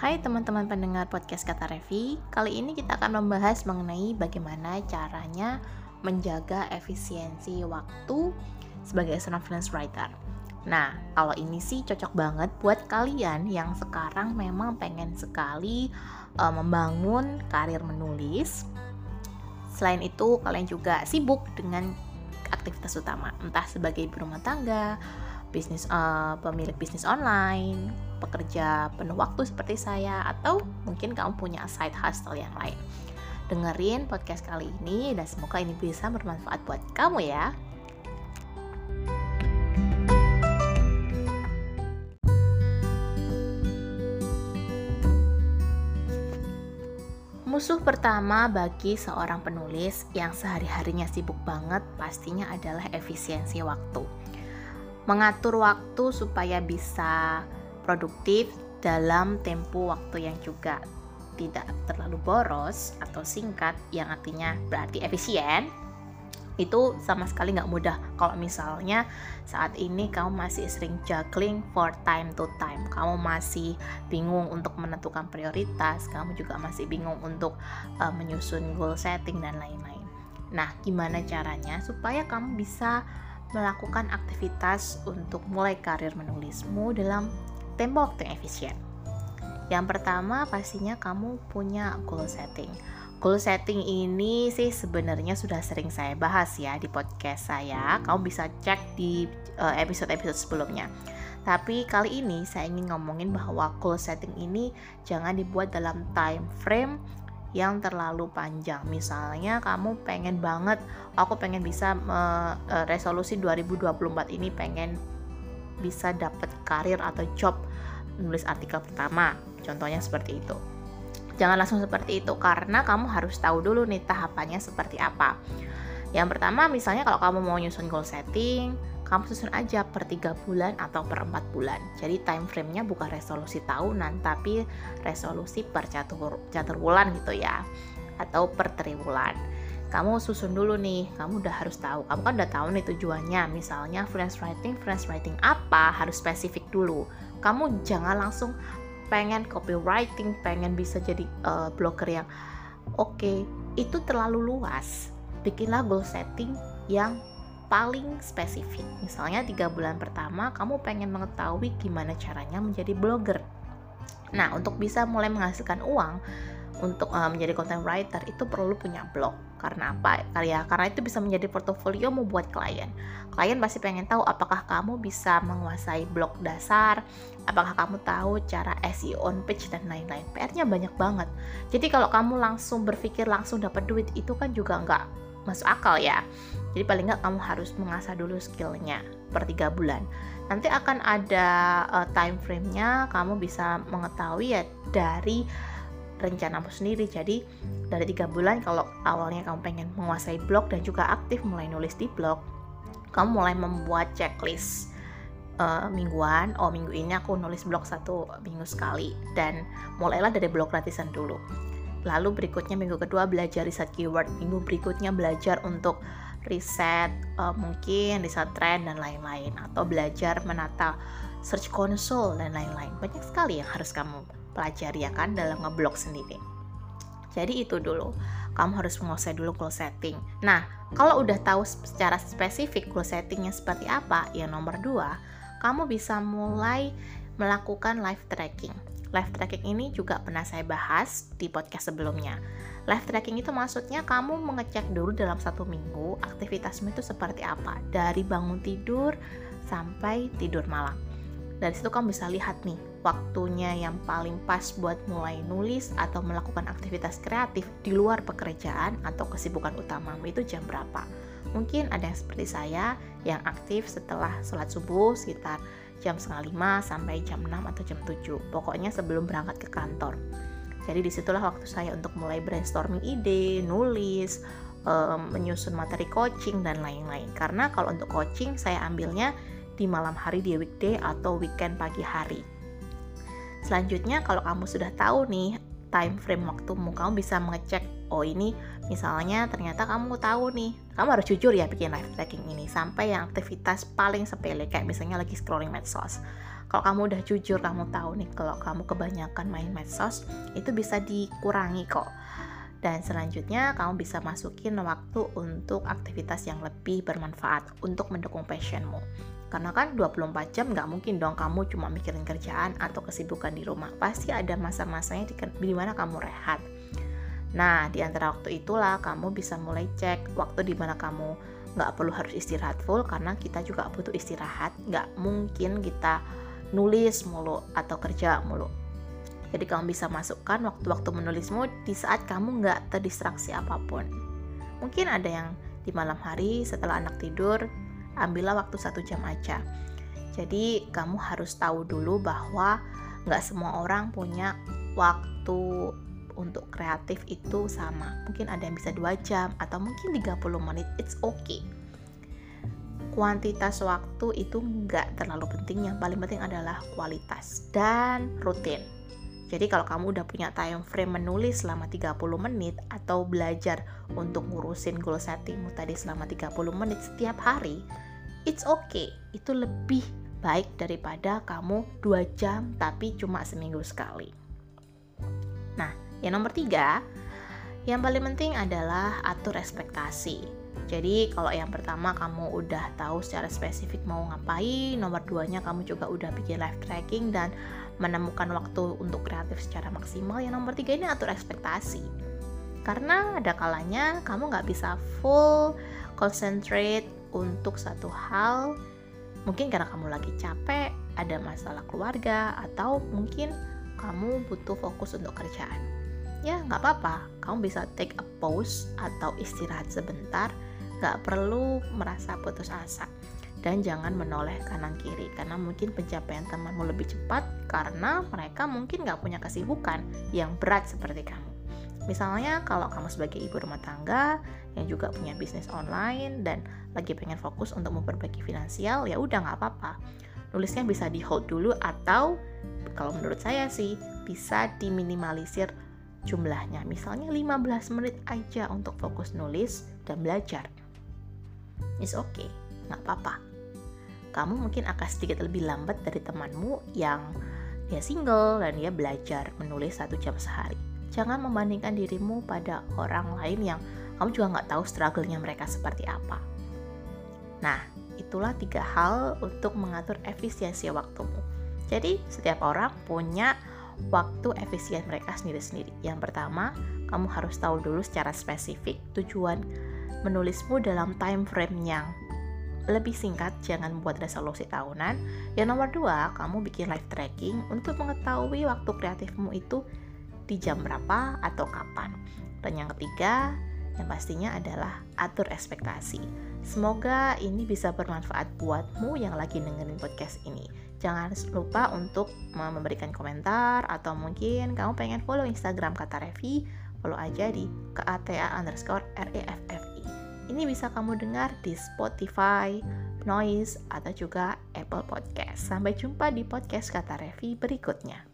Hai teman-teman pendengar podcast Kata Revi. Kali ini kita akan membahas mengenai bagaimana caranya menjaga efisiensi waktu sebagai seorang freelance writer. Nah, kalau ini sih cocok banget buat kalian yang sekarang memang pengen sekali membangun karir menulis. Selain itu, kalian juga sibuk dengan aktivitas utama, entah sebagai ibu rumah tangga, pemilik bisnis online, pekerja penuh waktu seperti saya, atau mungkin kamu punya side hustle yang lain. Dengerin podcast kali ini dan semoga ini bisa bermanfaat buat kamu ya. Musuh pertama bagi seorang penulis yang sehari-harinya sibuk banget pastinya adalah efisiensi waktu. Mengatur waktu supaya bisa produktif dalam tempo waktu yang juga tidak terlalu boros atau singkat, yang artinya berarti efisien, itu sama sekali nggak mudah. Kalau misalnya saat ini kamu masih sering juggling for time to time, kamu masih bingung untuk menentukan prioritas, kamu juga masih bingung untuk menyusun goal setting dan lain-lain. Nah, gimana caranya supaya kamu bisa melakukan aktivitas untuk mulai karir menulismu dalam tempo waktu yang efisien? Yang pertama pastinya kamu punya goal setting. Goal setting ini sih sebenarnya sudah sering saya bahas ya di podcast saya. Kamu bisa cek di episode-episode sebelumnya. Tapi kali ini saya ingin ngomongin bahwa goal setting ini jangan dibuat dalam time frame yang terlalu panjang. Misalnya kamu pengen banget, aku pengen bisa resolusi 2024 ini pengen bisa dapat karir atau job nulis artikel pertama, contohnya seperti itu. Jangan langsung seperti itu, karena kamu harus tahu dulu nih tahapannya seperti apa. Yang pertama, misalnya kalau kamu mau nyusun goal setting, kamu susun aja per 3 bulan atau per 4 bulan. Jadi time frame-nya bukan resolusi tahunan, tapi resolusi per catur bulan gitu ya, atau per triwulan. Kamu susun dulu nih, kamu udah harus tahu. Kamu kan udah tahu nih tujuannya, misalnya freelance writing apa, harus spesifik dulu. Kamu jangan langsung pengen copywriting, pengen bisa jadi blogger yang oke, itu terlalu luas. Bikinlah goal setting yang paling spesifik. Misalnya 3 bulan pertama kamu pengen mengetahui gimana caranya menjadi blogger. Nah, untuk bisa mulai menghasilkan uang untuk menjadi content writer itu perlu punya blog. Karena apa? Karena itu bisa menjadi portofolio membuat klien. Klien pasti pengen tahu apakah kamu bisa menguasai blog dasar, apakah kamu tahu cara SEO on page dan lain-lain. PR-nya banyak banget. Jadi kalau kamu langsung berpikir langsung dapat duit, itu kan juga nggak masuk akal ya. Jadi paling nggak kamu harus mengasah dulu skillnya per 3 bulan. Nanti akan ada time frame-nya, kamu bisa mengetahui ya dari rencanamu sendiri. Jadi dari 3 bulan, kalau awalnya kamu pengen menguasai blog dan juga aktif mulai nulis di blog, kamu mulai membuat checklist mingguan. Minggu ini aku nulis blog 1 minggu sekali, dan mulailah dari blog gratisan dulu. Lalu berikutnya minggu kedua belajar riset keyword, minggu berikutnya belajar untuk riset mungkin riset tren dan lain-lain, atau belajar menata search console dan lain-lain. Banyak sekali yang harus kamu pelajari ya kan dalam ngeblog sendiri. Jadi itu dulu, kamu harus menguasai dulu goal setting. Nah, kalau udah tahu secara spesifik goal settingnya seperti apa, yang nomor 2, kamu bisa mulai melakukan live tracking. Live tracking ini juga pernah saya bahas di podcast sebelumnya. Live tracking itu maksudnya kamu mengecek dulu dalam 1 minggu aktivitasmu itu seperti apa, dari bangun tidur sampai tidur malam. Dari situ kamu bisa lihat nih waktunya yang paling pas buat mulai nulis atau melakukan aktivitas kreatif di luar pekerjaan atau kesibukan utamamu itu jam berapa. Mungkin ada yang seperti saya yang aktif setelah sholat subuh sekitar jam 4:30 sampai jam 6 atau jam 7. Pokoknya sebelum berangkat ke kantor. Jadi disitulah waktu saya untuk mulai brainstorming ide, nulis, menyusun materi coaching dan lain-lain. Karena kalau untuk coaching saya ambilnya di malam hari, di weekday atau weekend pagi hari. Selanjutnya, kalau kamu sudah tahu nih time frame waktumu, kamu bisa mengecek, Oh ini misalnya ternyata kamu tahu nih, kamu harus jujur ya bikin live tracking ini sampai yang aktivitas paling sepele kayak misalnya lagi scrolling medsos. Kalau kamu udah jujur, kamu tahu nih kalau kamu kebanyakan main medsos, itu bisa dikurangi kok. Dan selanjutnya kamu bisa masukin waktu untuk aktivitas yang lebih bermanfaat untuk mendukung passionmu. Karena kan 24 jam nggak mungkin dong kamu cuma mikirin kerjaan atau kesibukan di rumah. Pasti ada masa-masanya di mana kamu rehat. Nah, di antara waktu itulah kamu bisa mulai cek waktu di mana kamu nggak perlu harus istirahat full, karena kita juga butuh istirahat. Nggak mungkin kita nulis mulu atau kerja mulu. Jadi kamu bisa masukkan waktu-waktu menulismu di saat kamu nggak terdistraksi apapun. Mungkin ada yang di malam hari setelah anak tidur, ambillah waktu 1 jam aja. Jadi kamu harus tahu dulu bahwa nggak semua orang punya waktu untuk kreatif itu sama. Mungkin ada yang bisa 2 jam atau mungkin 30 menit, it's okay. Kuantitas waktu itu nggak terlalu penting, yang paling penting adalah kualitas dan rutin. Jadi kalau kamu udah punya time frame menulis selama 30 menit atau belajar untuk ngurusin goal settingmu tadi selama 30 menit setiap hari, it's okay. Itu lebih baik daripada kamu 2 jam tapi cuma seminggu sekali. Nah, yang nomor 3, yang paling penting adalah atur ekspektasi. Jadi kalau yang pertama kamu udah tahu secara spesifik mau ngapain, nomor 2-nya kamu juga udah bikin live tracking dan menemukan waktu untuk kreatif secara maksimal. Yang nomor 3 ini atur ekspektasi. Karena ada kalanya kamu nggak bisa full concentrate untuk satu hal. Mungkin karena kamu lagi capek, ada masalah keluarga, atau mungkin kamu butuh fokus untuk kerjaan. Ya nggak apa-apa, kamu bisa take a pause atau istirahat sebentar. Nggak perlu merasa putus asa. Dan jangan menoleh kanan kiri, karena mungkin pencapaian temanmu lebih cepat karena mereka mungkin nggak punya kesibukan yang berat seperti kamu. Misalnya kalau kamu sebagai ibu rumah tangga yang juga punya bisnis online dan lagi pengen fokus untuk memperbaiki finansial, ya udah nggak apa-apa. Nulisnya bisa di hold dulu, atau kalau menurut saya sih bisa diminimalisir jumlahnya. Misalnya 15 menit aja untuk fokus nulis dan belajar. It's okay, nggak apa-apa. Kamu mungkin akan sedikit lebih lambat dari temanmu yang dia single dan dia belajar menulis 1 jam sehari. Jangan membandingkan dirimu pada orang lain yang kamu juga nggak tahu struggle-nya mereka seperti apa. Nah, itulah 3 hal untuk mengatur efisiensi waktumu. Jadi, setiap orang punya waktu efisien mereka sendiri-sendiri. Yang pertama, kamu harus tahu dulu secara spesifik tujuan menulismu dalam time frame yang lebih singkat, jangan buat resolusi tahunan. Yang nomor 2, kamu bikin live tracking untuk mengetahui waktu kreatifmu itu di jam berapa atau kapan. Dan yang ketiga, yang pastinya adalah atur ekspektasi. Semoga ini bisa bermanfaat buatmu yang lagi dengerin podcast ini. Jangan lupa untuk memberikan komentar, atau mungkin kamu pengen follow Instagram Kata Revi, follow aja di @KATA_REFFI. Ini bisa kamu dengar di Spotify, Noise, atau juga Apple Podcast. Sampai jumpa di podcast Kata Revi berikutnya.